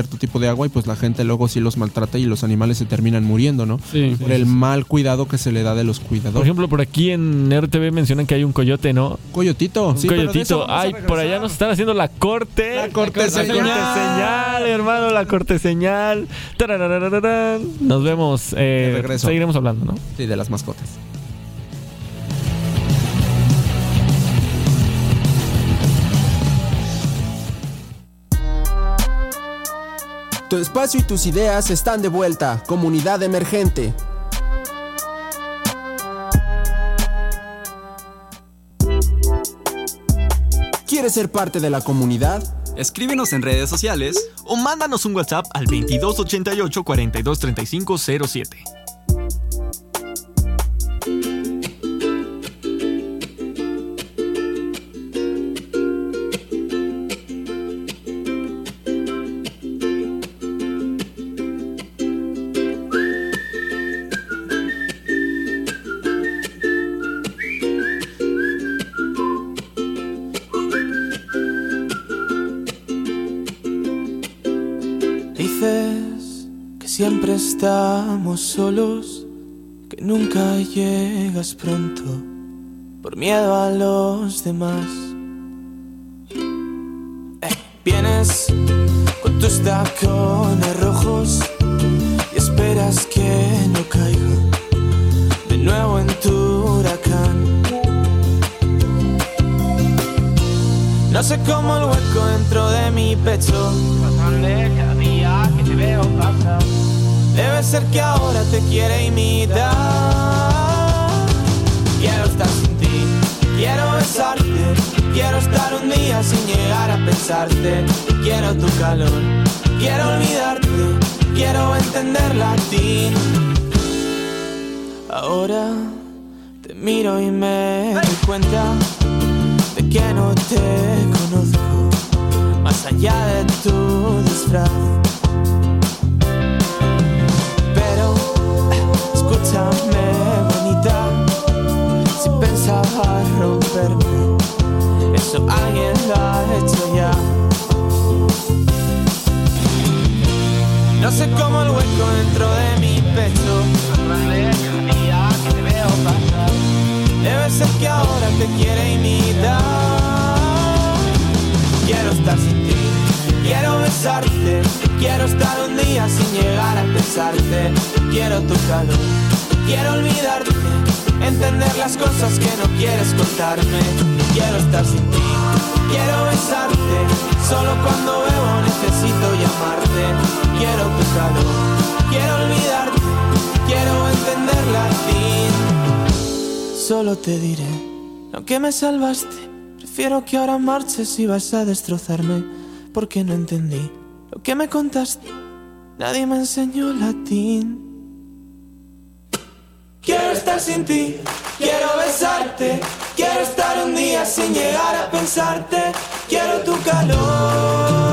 cierto tipo de agua y pues la gente luego sí los maltrata y los animales se terminan muriendo, ¿no? Sí. Por el mal cuidado que se le da de los Por cuidadores. ejemplo, por aquí en R T V mencionan que hay un coyote, ¿no? Coyotito. Un Sí, pero de eso coyotito. vamos a Ay, por allá regresar. nos están haciendo la corte. La corte La señal. corte señal, hermano, la corte señal. Tarararararán. Nos vemos. Eh, De regreso. seguiremos hablando, ¿no? Sí, de las mascotas. Tu espacio y tus ideas están de vuelta. Comunidad emergente. ¿Quieres ser parte de la comunidad? Escríbenos en redes sociales o mándanos un WhatsApp al veintidós ochenta y ocho, cuarenta y dos treinta y cinco cero siete. Dices que siempre estamos solos, que nunca llegas pronto por miedo a los demás. Eh, vienes con tus tacones rojos y esperas que no caiga de nuevo en tu huracán. No sé cómo el hueco dentro de mi pecho cada día que te veo pasar. Debe ser que ahora te quiere imitar. Quiero estar sin ti, quiero besarte, quiero estar un día sin llegar a pensarte. Quiero tu calor, quiero olvidarte, quiero entender latín. Ahora te miro y me doy cuenta de que no te conozco más allá de tu disfraz. Pero escúchame, bonita, si pensaba romperme, eso alguien lo ha hecho ya. No sé cómo el hueco dentro de mi pecho más grande que el día que te veo pasar. Debe ser que ahora te quiere imitar. Quiero estar sin ti, quiero besarte, quiero estar un día sin llegar a pensarte. Quiero tu calor, quiero olvidarte, entender las cosas que no quieres contarme. Quiero estar sin ti, quiero besarte, solo cuando bebo necesito llamarte. Quiero tu calor, quiero olvidarte, quiero entender latín. Solo te diré, aunque me salvaste, prefiero que ahora marches y vas a destrozarme, porque no entendí lo que me contaste, nadie me enseñó latín. Quiero estar sin ti, quiero besarte, quiero estar un día sin llegar a pensarte. Quiero tu calor.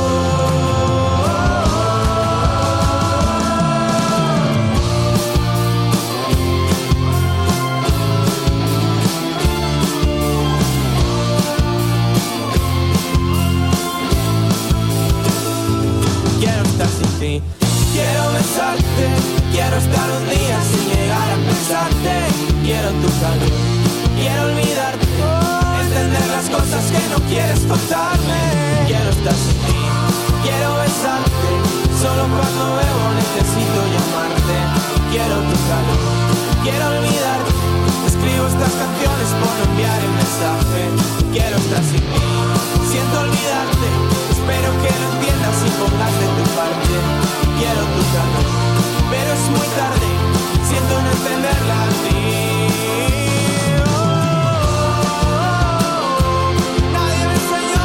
Quiero besarte, quiero estar un día sin llegar a pensarte. Quiero tu calor, quiero olvidarte, entender las cosas que no quieres contarme. Quiero estar sin ti, quiero besarte, solo cuando bebo necesito llamarte. Quiero tu calor, quiero olvidarte, escribo estas canciones por enviar el mensaje. Quiero estar sin ti, siento olvidarte, espero que lo entiendas y pongas de tu parte. Quiero tu calor, pero es muy tarde, siento no entender latín. Oh, oh, oh, nadie me enseñó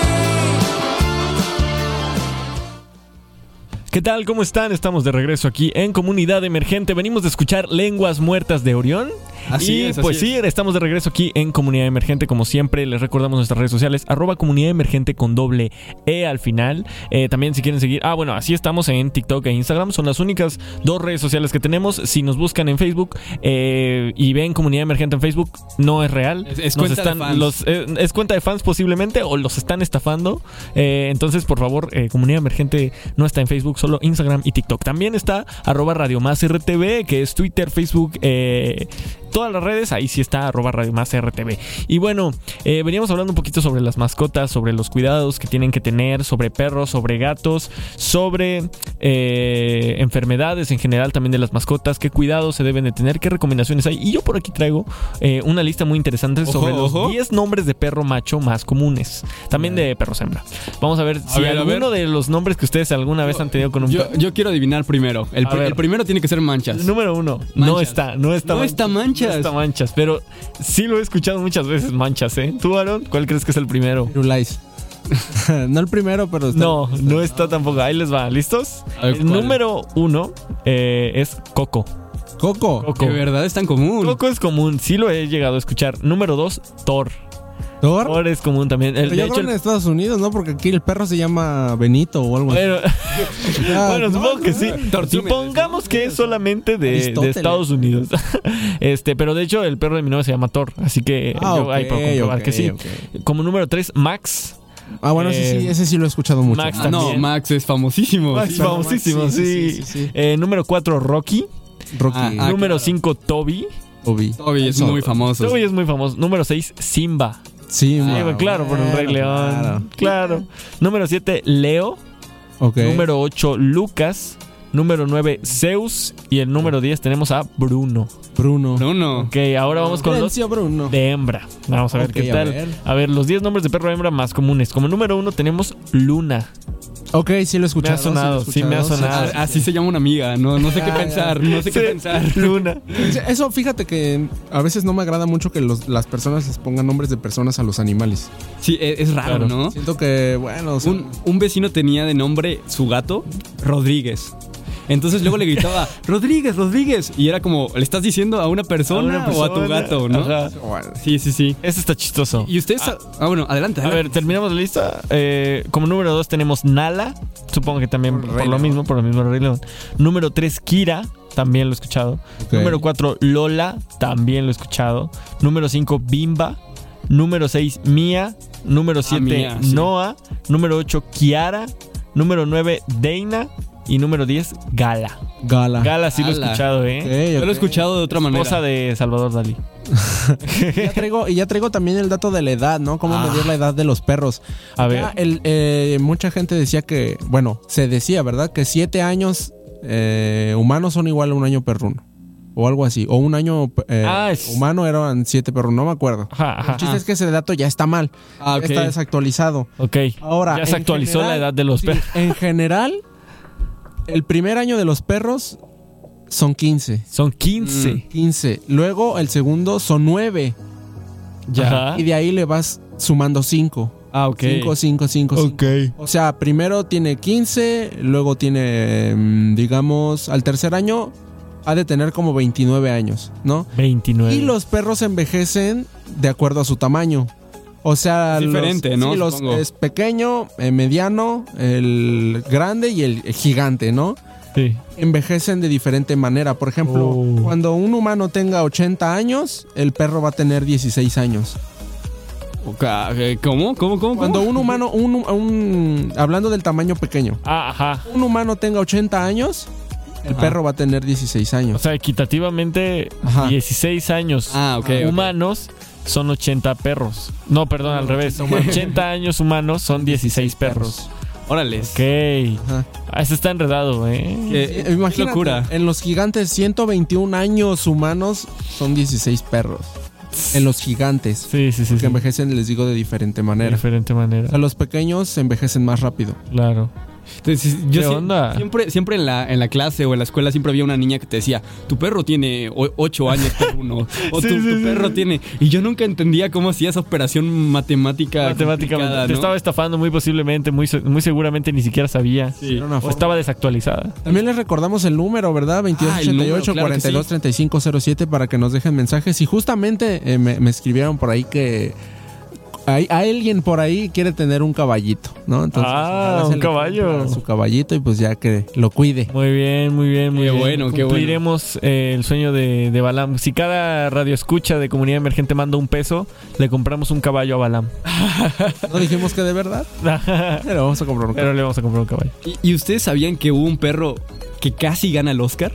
latín. ¿Qué tal? ¿Cómo están? Estamos de regreso aquí en Comunidad Emergente. Venimos de escuchar Lenguas Muertas de Orión. Así y es, así pues es. sí, estamos de regreso aquí en Comunidad Emergente. Como siempre, les recordamos nuestras redes sociales, arroba Comunidad Emergente con doble E al final. Eh, también si quieren seguir, ah bueno, así estamos en TikTok e Instagram. Son las únicas dos redes sociales que tenemos. Si nos buscan en Facebook eh, y ven Comunidad Emergente en Facebook, no es real. Es, es Nos cuenta están, de fans. Los, eh, es cuenta de fans posiblemente, o los están estafando. Eh, entonces, por favor, eh, Comunidad Emergente no está en Facebook, solo Instagram y TikTok. También está arroba Radio Más R T V, que es Twitter, Facebook, eh, todas las redes. Ahí sí está arroba Radio Más R T V. Y bueno, eh, veníamos hablando un poquito sobre las mascotas, sobre los cuidados que tienen que tener, sobre perros, sobre gatos, sobre eh, enfermedades en general también de las mascotas, qué cuidados se deben de tener, qué recomendaciones hay. Y yo por aquí traigo eh, una lista muy interesante Ojo, sobre ojo. los diez nombres de perro macho más comunes. También de perros hembra. Vamos a ver si ver, a alguno ver. de los nombres que ustedes alguna vez han tenido con un Yo, perro. yo quiero adivinar primero. El, A pr- ver. el primero tiene que ser Manchas. Número uno, no Manchas. está, no está No está Manchas. No está Manchas, pero sí lo he escuchado muchas veces, Manchas, ¿eh? ¿Tú, Aaron? ¿Cuál crees que es el primero? Firulais. No el primero, pero está- No, no está tampoco. Ahí les va, ¿listos? A ver, El ¿cuál? número uno eh, es Coco. Coco. Coco. De verdad es tan común. Coco es común, sí lo he llegado a escuchar. Número dos, Thor. ¿Thor? Thor es común también. El, Pero de yo hecho, creo en el- Estados Unidos, ¿no? Porque aquí el perro se llama Benito o algo así. bueno, Ya, bueno, no, supongo no, que sí. Tortímedes, Supongamos que es solamente de, de Aristóteles. Estados Unidos. Este, pero de hecho el perro de mi novia se llama Thor, así que Ah, yo ok, ahí puedo comprobar ok, que sí. ok. Como número tres, Max. Ah, bueno, ese Eh, sí, ese sí lo he escuchado mucho. Max Ah, no, también. Max es famosísimo. Max Sí. famosísimo, sí, sí. sí, sí, sí. Eh, número cuatro, Rocky. Rocky. Ah, ah, número claro. cinco, Toby. Toby. Toby es Eso. muy famoso. Toby es muy famoso. Número seis, Simba. Sí, Sí, ma- bueno, claro, por el bueno, Rey León. claro. Claro. Número siete, Leo. Ok. Número ocho, Lucas. Número nueve, Zeus. Y el número diez tenemos a Bruno. Bruno. Bruno. Ok, ahora vamos con los Silencio, Bruno. de hembra. Vamos a ver Ok, qué a tal. ver. A ver, los diez nombres de perro hembra más comunes. Como número uno tenemos Luna. Ok, sí lo he escuchado. Me ha sonado, lo he sí me ha escuchado, sonado. Ah, así se llama una amiga. No, no sé qué Ya, pensar. No sé qué Sí, pensar. Luna. Sí. Eso, fíjate que a veces no me agrada mucho que los- las personas les pongan nombres de personas a los animales. Sí, es, es raro, Claro. ¿no? Siento que, bueno, o sea, Un, un vecino tenía de nombre su gato Rodríguez. Entonces luego le gritaba, Rodríguez, Rodríguez. Y era como, ¿le estás diciendo a una persona, A una o a tu persona. gato, no? Ajá. bueno, Sí, sí, sí. Ese está chistoso. Y ustedes... Ah, ah, bueno, adelante. A adelante. ver, terminamos la lista. Eh, como número dos tenemos Nala. Supongo que también Por por, Rey lo León. mismo, por lo mismo Rey León. Número tres, Kira. También lo he escuchado. ok. Número cuatro, Lola. También lo he escuchado. Número cinco, Bimba. Número seis, Mía. Número siete, Mía, sí. Noah. Número ocho, Kiara. Número nueve, Deina. Y número diez, Gala. Gala. Gala sí lo he Gala. escuchado, ¿eh? Ok, Yo lo he ok. escuchado de otra manera. Esposa de Salvador Dalí. Y ya traigo, y ya traigo también el dato de la edad, ¿no? Cómo Ah. medir la edad de los perros. A ver. Ya el, eh, mucha gente decía que, bueno, se decía, ¿verdad? Que siete años eh, humanos son igual a un año perruno. O algo así. O un año eh, Ah, es- humano eran siete perros, no me acuerdo. Ajá, ajá. El chiste es que ese dato ya está mal. Ah, ok. Está desactualizado. Ok. Ahora, Ya se en actualizó general- la edad de los sí, perros. En general, el primer año de los perros son quince. Son quince. quince. Luego el segundo son nueve. Ya. Y de ahí le vas sumando cinco. Ah, ok. cinco, cinco, cinco, cinco. O sea, primero tiene quince, luego tiene, mm, digamos, al tercer año ha de tener como veintinueve años, ¿no? veintinueve. Y los perros envejecen de acuerdo a su tamaño. O sea, Es diferente, los, ¿no? sí, los- Supongo. es pequeño, eh, mediano, el grande y el gigante, ¿no? Sí. Envejecen de diferente manera. Por ejemplo, Oh. cuando un humano tenga ochenta años, el perro va a tener dieciséis años. Ok, eh, ¿Cómo? ¿Cómo? ¿Cómo? Cuando ¿Cómo? un humano, un, un- hablando del tamaño pequeño, Ah, ajá. un humano tenga ochenta años, el Ajá. perro va a tener dieciséis O años. sea, equitativamente, Ajá. dieciséis años Ah, ok. ok. humanos son ochenta perros. No, perdón, al revés. ochenta años humanos son dieciséis perros. Órale. Ok. Ajá. Ah, ese está enredado, ¿eh? Qué- Eh, Imagínate, locura. en los gigantes, ciento veintiún años humanos son dieciséis perros. En los gigantes, Sí, sí, sí. que sí. envejecen, les digo, de diferente De manera. diferente manera. O sea, los pequeños envejecen más rápido. Claro. Entonces, yo ¿Qué sie- onda? siempre, siempre en la, en la clase o en la escuela siempre había una niña que te decía, tu perro tiene o- ocho años por uno, o Sí, tu, sí, tu sí, perro sí. tiene... Y yo nunca entendía cómo hacía esa operación matemática. Matemáticamente. complicada, Te ¿no? estaba estafando muy posiblemente, muy, se- muy seguramente ni siquiera sabía. Era una O forma. estaba desactualizada. También les recordamos el número, ¿verdad? veintidós Ah, el ochenta y número, ocho, claro que cuarenta y dos, treinta y cinco cero siete para que nos dejen mensajes. Y justamente eh, me, me escribieron por ahí que hay, hay alguien por ahí quiere tener un caballito, ¿no? Entonces, Ah, ojalá se un le caballo. cumpla Su caballito y pues ya que lo cuide. Muy bien, muy bien, muy Qué bien. bueno, qué bueno. Cumpliremos eh, el sueño de, de Balam. Si cada radio escucha de Comunidad Emergente manda un peso, le compramos un caballo a Balam. No dijimos que de verdad, pero vamos a comprar un Pero caballo. le vamos a comprar un caballo. ¿Y, y ustedes sabían que hubo un perro que casi gana el Oscar?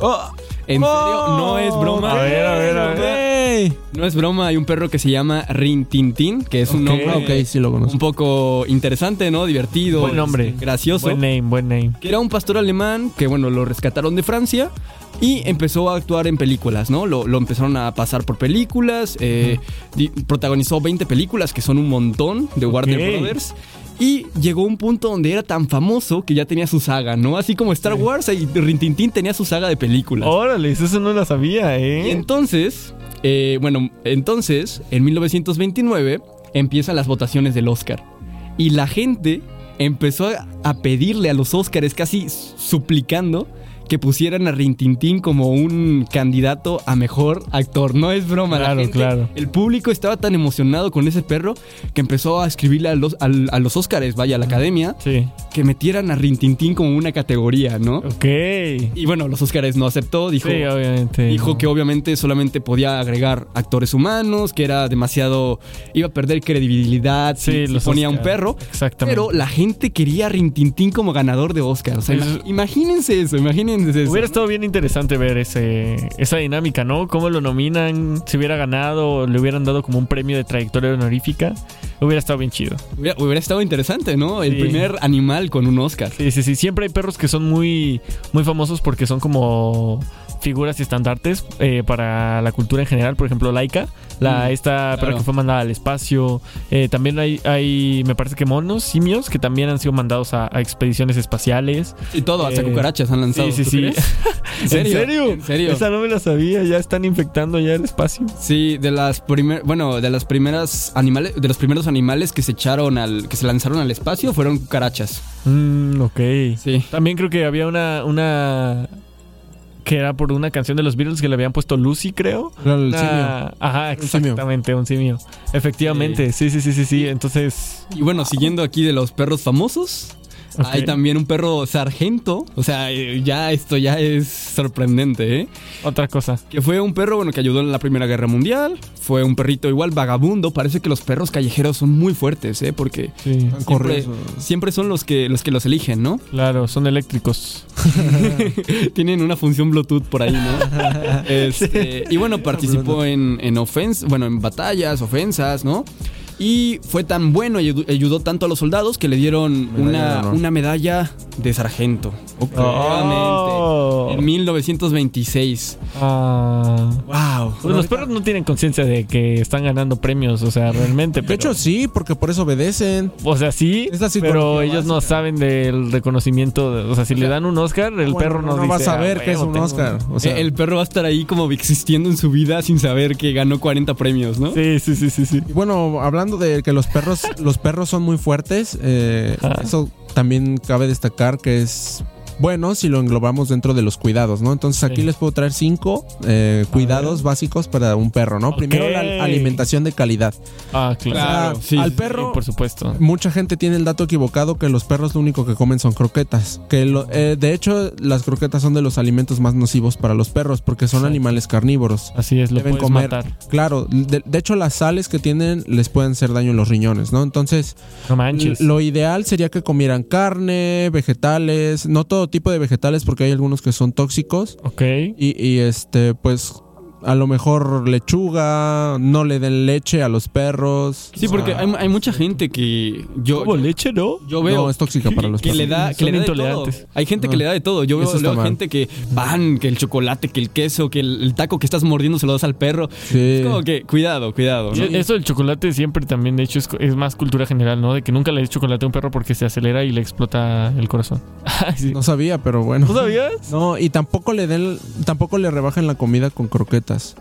¿En serio? No es broma. A ver, a ver, a ver. No es broma, hay un perro que se llama Rin Tin Tin, que es un Ok. nombre Ah, ok, sí lo conozco. un poco interesante, ¿no? Divertido. Buen nombre. este, gracioso. Buen name, buen name. Que era un pastor alemán que, bueno, lo rescataron de Francia y empezó a actuar en películas, ¿no? Lo, lo empezaron a pasar por películas. eh, di- protagonizó veinte películas, que son un montón, de Warner Ok. Brothers. Y llegó a un punto donde era tan famoso que ya tenía su saga, ¿no? Así como Star Wars y Rin Tin Tin tenía su saga de películas. Órale, eso no lo sabía, Y ¿eh? entonces, eh, bueno, entonces, en mil novecientos veintinueve empiezan las votaciones del Oscar. Y la gente empezó a, a pedirle a los Oscars, casi suplicando, que pusieran a Rin Tin Tin como un candidato a mejor actor. No es broma, la Claro, gente- claro. el público estaba tan emocionado con ese perro que empezó a escribirle a los, al- a los Oscars, vaya, a la academia, Sí. que metieran a Rin Tin Tin como una categoría, ¿no? Ok. Y bueno, los Oscars no aceptó, dijo... Sí, obviamente. Dijo no. que obviamente solamente podía agregar actores humanos, que era demasiado... Iba a perder credibilidad si, Sí, si los ponía un Oscar. perro. Exactamente. Pero la gente quería a Rin Tin Tin como ganador de Oscar. O sea, Pues- ima- imagínense eso, imagínense eso. Hubiera estado bien interesante ver ese, esa dinámica, ¿no? Cómo lo nominan, si hubiera ganado, le hubieran dado como un premio de trayectoria honorífica. Hubiera estado bien chido. Hubiera, hubiera estado interesante, ¿no? El Sí. primer animal con un Oscar. Sí, sí, sí. Siempre hay perros que son muy, muy famosos porque son como figuras y estandartes eh, para la cultura en general. Por ejemplo, Laika, la, Mm, esta perra claro. que fue mandada al espacio. Eh, también hay, hay, me parece que monos, simios, que también han sido mandados a, a expediciones espaciales. Y todo, hasta Eh, cucarachas han lanzado. Sí, sí, ¿tú sí. crees? ¿En serio? ¿En serio? Esa no me la sabía. Ya están infectando ya el espacio. Sí, de las primer, bueno, de las primeras animales, de los primeros animales que se echaron al, que se lanzaron al espacio fueron cucarachas. Mm, ok. Sí. También creo que había una, una que era por una canción de los Beatles que le habían puesto Lucy, creo. Era el Una- simio. Ajá, Un simio. exactamente, un simio. Efectivamente, sí, sí, sí, sí, sí. Entonces, Y bueno, siguiendo aquí de los perros famosos, ok. hay también un perro sargento. O sea, eh, ya esto ya es sorprendente, ¿eh? Otra cosa. Que fue un perro, bueno, que ayudó en la Primera Guerra Mundial. Fue un perrito igual vagabundo. Parece que los perros callejeros son muy fuertes, ¿eh? Porque Sí, Están siempre, corriendo. siempre son los que, los que los eligen, ¿no? claro, son eléctricos. Tienen una función Bluetooth por ahí, ¿no? Este, y bueno, participó en, en ofens, bueno, en batallas, ofensas, ¿no? Y fue tan bueno y ayudó, ayudó tanto a los soldados que le dieron Medalla de una, honor. una medalla de sargento. Oh. En mil novecientos veintiséis. Ah. Wow. Pues los perros no tienen conciencia de que están ganando premios, o sea, realmente. De pero- hecho, sí, porque por eso obedecen. o sea, sí, Es la pero psicología ellos no básica. saben del reconocimiento. de- o sea, si le dan un Oscar, el Bueno, perro nos no dice. va a saber "Ah, que es huevo, un tengo Oscar. O sea, el perro va a estar ahí como existiendo en su vida sin saber que ganó cuarenta premios, ¿no? Sí, sí, sí, sí, sí. y bueno, hablando de que los perros, los perros son muy fuertes, eh, Ajá. eso también cabe destacar que es bueno si lo englobamos dentro de los cuidados, ¿no? Entonces aquí Sí. les puedo traer cinco eh, cuidados básicos para un perro, ¿no? Ok. Primero, la alimentación de calidad. Ah, claro. Claro, O sea, sí, al sí, perro, Sí, por supuesto. mucha gente tiene el dato equivocado que los perros lo único que comen son croquetas. Que lo- eh, de hecho, las croquetas son de los alimentos más nocivos para los perros porque son Sí. animales carnívoros. Así es, lo Deben puedes comer. matar. Claro, de, de hecho las sales que tienen les pueden hacer daño en los riñones, ¿no? Entonces, No manches. lo ideal sería que comieran carne, vegetales, no todo tipo de vegetales porque hay algunos que son tóxicos Ok. y, y, este, pues a lo mejor lechuga, no le den leche a los perros. Sí, porque hay, hay mucha gente que yo ¿Cómo yo, leche, no? yo veo No, es tóxica para los que perros. le da que Son le da de intolerantes. todo. Hay gente que No. le da de todo. Yo veo, Eso está veo mal. gente que pan, que el chocolate, que el queso, que el, el taco que estás mordiendo se lo das al perro. Sí. Es como que cuidado, cuidado, ¿no? Y Eso del chocolate siempre también, de hecho, es, es más cultura general, ¿no? De que nunca le des chocolate a un perro porque se acelera y le explota el corazón. Ay, sí. No sabía, pero bueno. ¿No sabías? No, y tampoco le den, tampoco le rebajen la comida con croquetas.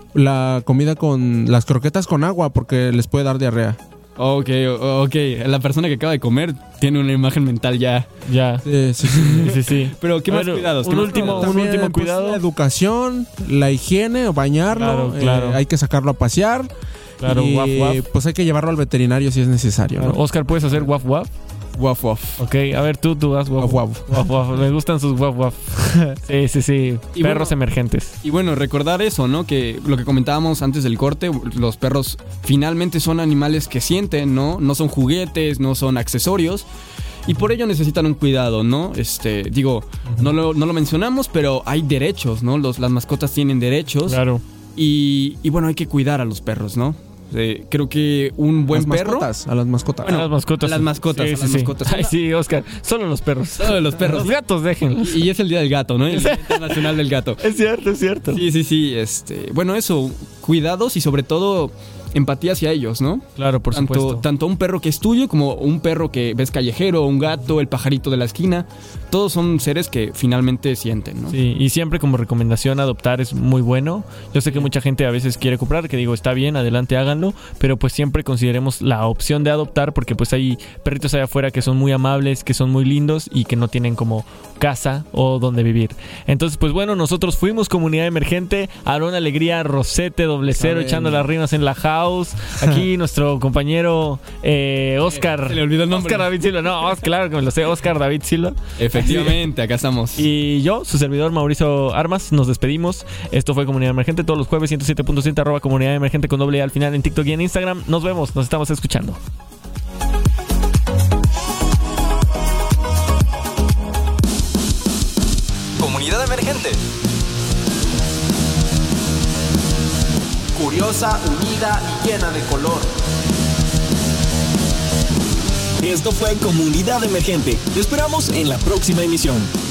La comida con las croquetas con agua porque les puede dar diarrea. Ok, o- ok. La persona que acaba de comer tiene una imagen mental ya. Ya. Sí, sí, sí. Sí, sí, sí. Pero ¿qué más Bueno, cuidados? ¿Qué un más último- cuidados? un También, último pues, cuidado. la educación, la higiene, bañarlo. Claro, eh, claro. hay que sacarlo a pasear. Claro, y, guaf, guaf. pues hay que llevarlo al veterinario si es necesario, ¿no? Oscar, ¿puedes hacer guaf guaf? Guaf, guaf. Ok, a ver, tú, tú haz guaf Guaf, guaf. Guaf, guaf. Me gustan sus guaf guaf. Sí, sí, sí. Y Perros bueno, emergentes. Y bueno, recordar eso, ¿no? Que lo que comentábamos antes del corte, los perros finalmente son animales que sienten, ¿no? No son juguetes, no son accesorios. Y por ello necesitan un cuidado, ¿no? Este, digo, no lo, no lo mencionamos, pero hay derechos, ¿no? Los, las mascotas tienen derechos. Claro. Y, y bueno, hay que cuidar a los perros, ¿no? Eh, creo que un buen Las perro... mascotas, a las mascotas. a las mascotas. a las mascotas, Sí, a sí, las sí. mascotas. Ay, sí, Oscar. Solo los perros. Solo los perros. Los gatos, déjenlos. Y es el Día del Gato, ¿no? El Día Internacional del Gato. Es cierto, es cierto. Sí, sí, sí. Este, bueno, eso, cuidados y sobre todo empatía hacia ellos, ¿no? Claro, por tanto, supuesto. tanto un perro que es tuyo como un perro que ves callejero, un gato, el pajarito de la esquina. Todos son seres que finalmente sienten, ¿no? Sí, y siempre como recomendación adoptar es muy bueno. Yo sé que mucha gente a veces quiere comprar, que digo, está bien, adelante háganlo, pero pues siempre consideremos la opción de adoptar porque pues hay perritos allá afuera que son muy amables, que son muy lindos y que no tienen como casa o donde vivir. Entonces, pues bueno, nosotros fuimos Comunidad Emergente, Aarón Alegría, Rosete, Doble Cero, Saben. echando las rimas en la house. Aquí nuestro compañero eh, Oscar. Se le olvidó el nombre. Oscar David Silva. No, Oscar, claro que me lo sé, Oscar David Silva. Efectivamente, acá estamos. Y yo, su servidor Mauricio Armas, nos despedimos. Esto fue Comunidad Emergente todos los jueves, ciento siete punto siete arroba Comunidad Emergente con doble E al final en TikTok y en Instagram. Nos vemos, nos estamos escuchando. Comunidad Emergente. Curiosa, unida y llena de color. Esto fue Comunidad Emergente. Te esperamos en la próxima emisión.